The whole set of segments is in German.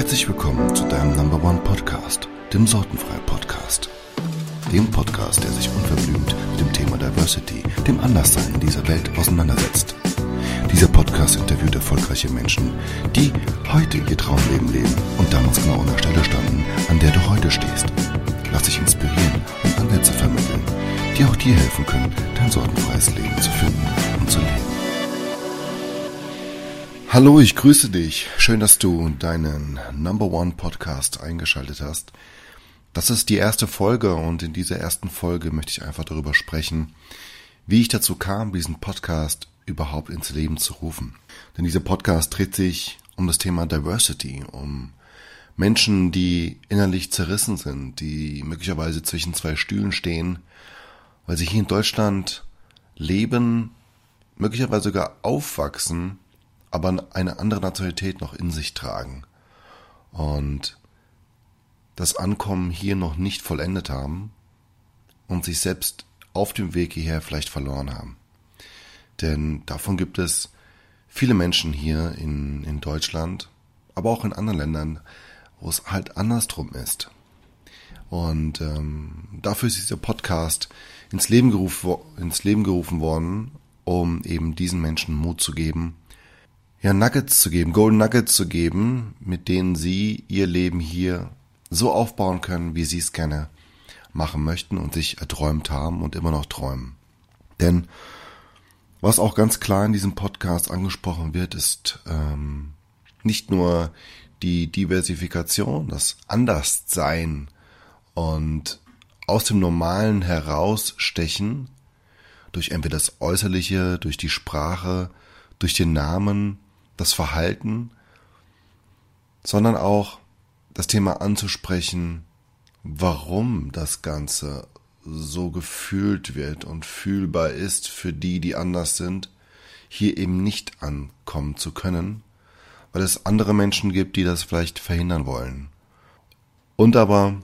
Herzlich willkommen zu deinem Number One Podcast, dem Sortenfrei Podcast. Dem Podcast, der sich unverblümt mit dem Thema Diversity, dem Anderssein in dieser Welt auseinandersetzt. Dieser Podcast interviewt erfolgreiche Menschen, die heute ihr Traumleben leben und damals genau an der Stelle standen, an der du heute stehst. Lass dich inspirieren und Ansätze vermitteln, die auch dir helfen können, dein sortenfreies Leben zu finden und zu leben. Hallo, ich grüße dich. Schön, dass du deinen Number One Podcast eingeschaltet hast. Das ist die erste Folge und in dieser ersten Folge möchte ich einfach darüber sprechen, wie ich dazu kam, diesen Podcast überhaupt ins Leben zu rufen. Denn dieser Podcast dreht sich um das Thema Diversity, um Menschen, die innerlich zerrissen sind, die möglicherweise zwischen zwei Stühlen stehen, weil sie hier in Deutschland leben, möglicherweise sogar aufwachsen, aber eine andere Nationalität noch in sich tragen und das Ankommen hier noch nicht vollendet haben und sich selbst auf dem Weg hierher vielleicht verloren haben. Denn davon gibt es viele Menschen hier in Deutschland, aber auch in anderen Ländern, wo es halt andersrum ist. Und dafür ist dieser Podcast ins Leben gerufen worden, um eben diesen Menschen Mut zu geben, Nuggets zu geben, Golden Nuggets zu geben, mit denen sie ihr Leben hier so aufbauen können, wie sie es gerne machen möchten und sich erträumt haben und immer noch träumen. Denn was auch ganz klar in diesem Podcast angesprochen wird, ist nicht nur die Diversifikation, das Anderssein und aus dem Normalen herausstechen, durch entweder das Äußerliche, durch die Sprache, durch den Namen, das Verhalten, sondern auch das Thema anzusprechen, warum das Ganze so gefühlt wird und fühlbar ist für die, die anders sind, hier eben nicht ankommen zu können, weil es andere Menschen gibt, die das vielleicht verhindern wollen. Und aber,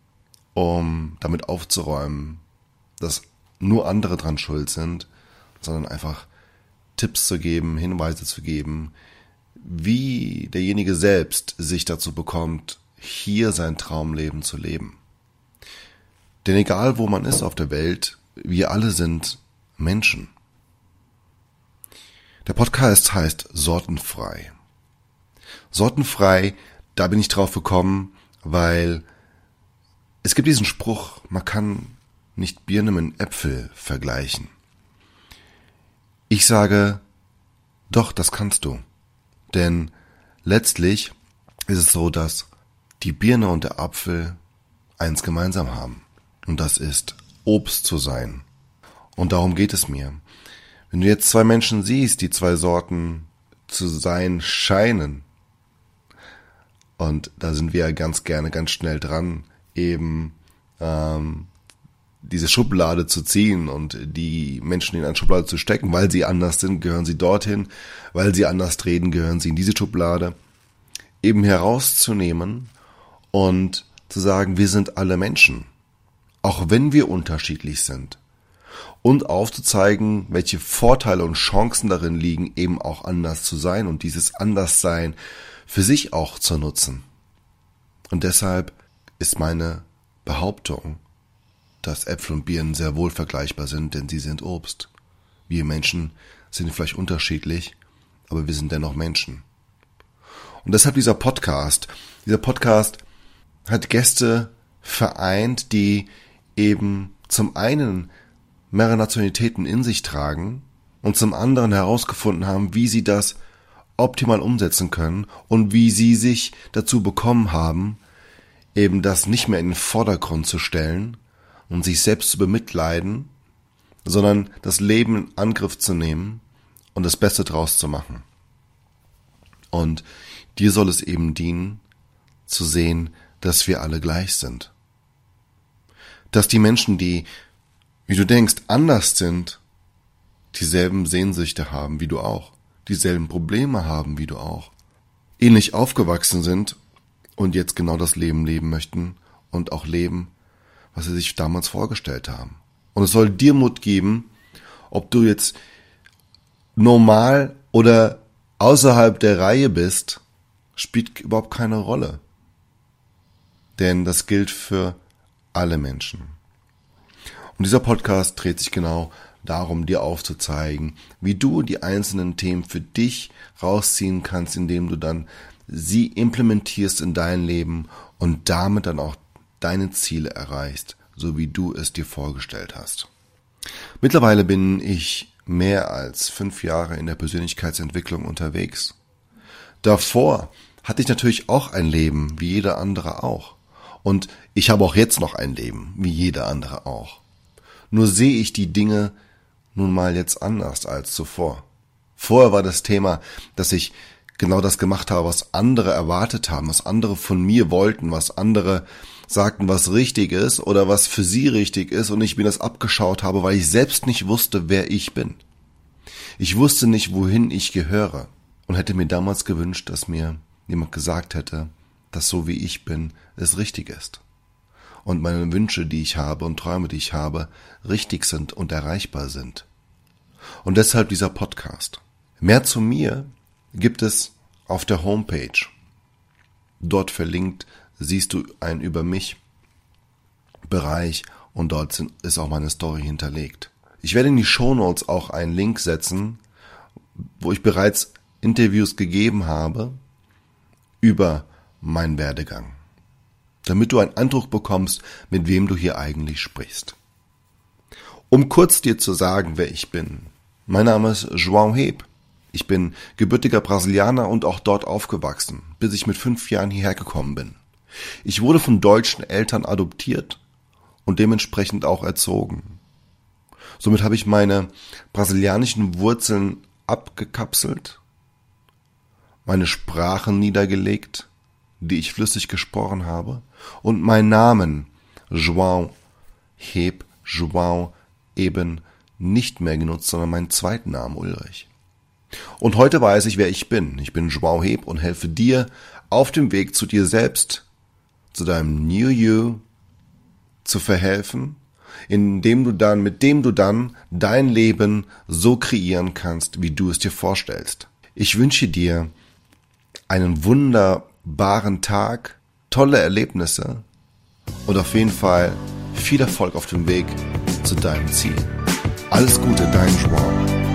um damit aufzuräumen, dass nur andere dran schuld sind, sondern einfach Tipps zu geben, Hinweise zu geben, wie derjenige selbst sich dazu bekommt, hier sein Traumleben zu leben. Denn egal wo man ist auf der Welt, wir alle sind Menschen. Der Podcast heißt Sortenfrei. Sortenfrei, da bin ich drauf gekommen, weil es gibt diesen Spruch, man kann nicht Birne mit Äpfel vergleichen. Ich sage, doch, das kannst du. Denn letztlich ist es so, dass die Birne und der Apfel eins gemeinsam haben. Und das ist, Obst zu sein. Und darum geht es mir. Wenn du jetzt zwei Menschen siehst, die zwei Sorten zu sein scheinen, und da sind wir ja ganz gerne ganz schnell dran, eben diese Schublade zu ziehen und die Menschen in eine Schublade zu stecken, weil sie anders sind, gehören sie dorthin, weil sie anders reden, gehören sie in diese Schublade, eben herauszunehmen und zu sagen, wir sind alle Menschen, auch wenn wir unterschiedlich sind, und aufzuzeigen, welche Vorteile und Chancen darin liegen, eben auch anders zu sein und dieses Anderssein für sich auch zu nutzen. Und deshalb ist meine Behauptung, dass Äpfel und Birnen sehr wohl vergleichbar sind, denn sie sind Obst. Wir Menschen sind vielleicht unterschiedlich, aber wir sind dennoch Menschen. Und deshalb dieser Podcast. Dieser Podcast hat Gäste vereint, die eben zum einen mehrere Nationalitäten in sich tragen und zum anderen herausgefunden haben, wie sie das optimal umsetzen können und wie sie sich dazu bekommen haben, eben das nicht mehr in den Vordergrund zu stellen und sich selbst zu bemitleiden, sondern das Leben in Angriff zu nehmen und das Beste draus zu machen. Und dir soll es eben dienen, zu sehen, dass wir alle gleich sind. Dass die Menschen, die, wie du denkst, anders sind, dieselben Sehnsüchte haben wie du auch, dieselben Probleme haben wie du auch, ähnlich aufgewachsen sind und jetzt genau das Leben leben möchten und auch leben, was sie sich damals vorgestellt haben. Und es soll dir Mut geben, ob du jetzt normal oder außerhalb der Reihe bist spielt überhaupt keine Rolle. Denn das gilt für alle Menschen. Und dieser Podcast dreht sich genau darum, dir aufzuzeigen, wie du die einzelnen Themen für dich rausziehen kannst, indem du dann sie implementierst in dein Leben und damit dann auch deine Ziele erreichst, so wie du es dir vorgestellt hast. Mittlerweile bin ich mehr als 5 Jahre in der Persönlichkeitsentwicklung unterwegs. Davor hatte ich natürlich auch ein Leben, wie jeder andere auch. Und ich habe auch jetzt noch ein Leben, wie jeder andere auch. Nur sehe ich die Dinge nun mal jetzt anders als zuvor. Vorher war das Thema, dass ich genau das gemacht habe, was andere erwartet haben, was andere von mir wollten, was andere sagten, was richtig ist oder was für sie richtig ist, und ich mir das abgeschaut habe, weil ich selbst nicht wusste, wer ich bin. Ich wusste nicht, wohin ich gehöre, und hätte mir damals gewünscht, dass mir jemand gesagt hätte, dass so wie ich bin, es richtig ist. Und meine Wünsche, die ich habe und Träume, die ich habe, richtig sind und erreichbar sind. Und deshalb dieser Podcast. Mehr zu mir gibt es auf der Homepage. Dort verlinkt siehst du einen Über mich Bereich und dort ist auch meine Story hinterlegt. Ich werde in die Shownotes auch einen Link setzen, wo ich bereits Interviews gegeben habe über meinen Werdegang, damit du einen Eindruck bekommst, mit wem du hier eigentlich sprichst. Um kurz dir zu sagen, wer ich bin. Mein Name ist João Heb. Ich bin gebürtiger Brasilianer und auch dort aufgewachsen, bis ich mit 5 Jahren hierher gekommen bin. Ich wurde von deutschen Eltern adoptiert und dementsprechend auch erzogen. Somit habe ich meine brasilianischen Wurzeln abgekapselt, meine Sprachen niedergelegt, die ich flüssig gesprochen habe, und meinen Namen João Heb, João eben nicht mehr genutzt, sondern meinen zweiten Namen Ulrich. Und heute weiß ich, wer ich bin. Ich bin João Heb und helfe dir auf dem Weg zu dir selbst, zu deinem New You zu verhelfen, mit dem du dann dein Leben so kreieren kannst, wie du es dir vorstellst. Ich wünsche dir einen wunderbaren Tag, tolle Erlebnisse und auf jeden Fall viel Erfolg auf dem Weg zu deinem Ziel. Alles Gute, dein João.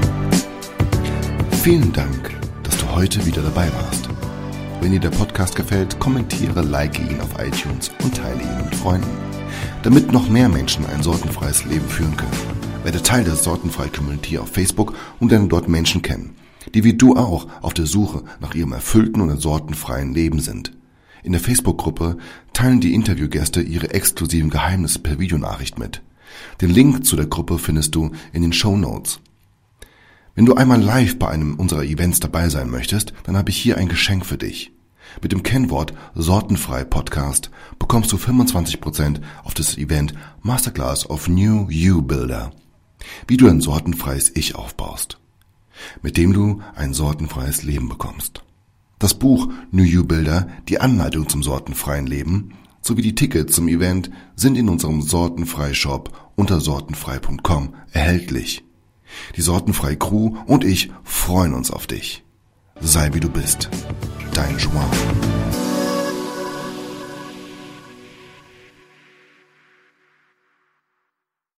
Vielen Dank, dass du heute wieder dabei warst. Wenn dir der Podcast gefällt, kommentiere, like ihn auf iTunes und teile ihn mit Freunden, damit noch mehr Menschen ein sortenfreies Leben führen können. Werde Teil der Sortenfrei-Community auf Facebook und lerne dort Menschen kennen, die wie du auch auf der Suche nach ihrem erfüllten und sortenfreien Leben sind. In der Facebook-Gruppe teilen die Interviewgäste ihre exklusiven Geheimnisse per Videonachricht mit. Den Link zu der Gruppe findest du in den Shownotes. Wenn du einmal live bei einem unserer Events dabei sein möchtest, dann habe ich hier ein Geschenk für dich. Mit dem Kennwort Sortenfrei Podcast bekommst du 25% auf das Event Masterclass of New You Builder, wie du ein sortenfreies Ich aufbaust, mit dem du ein sortenfreies Leben bekommst. Das Buch New You Builder, die Anleitung zum sortenfreien Leben sowie die Tickets zum Event sind in unserem Sortenfrei-Shop unter sortenfrei.com erhältlich. Die Sortenfrei Crew und ich freuen uns auf dich. Sei wie du bist. Dein João.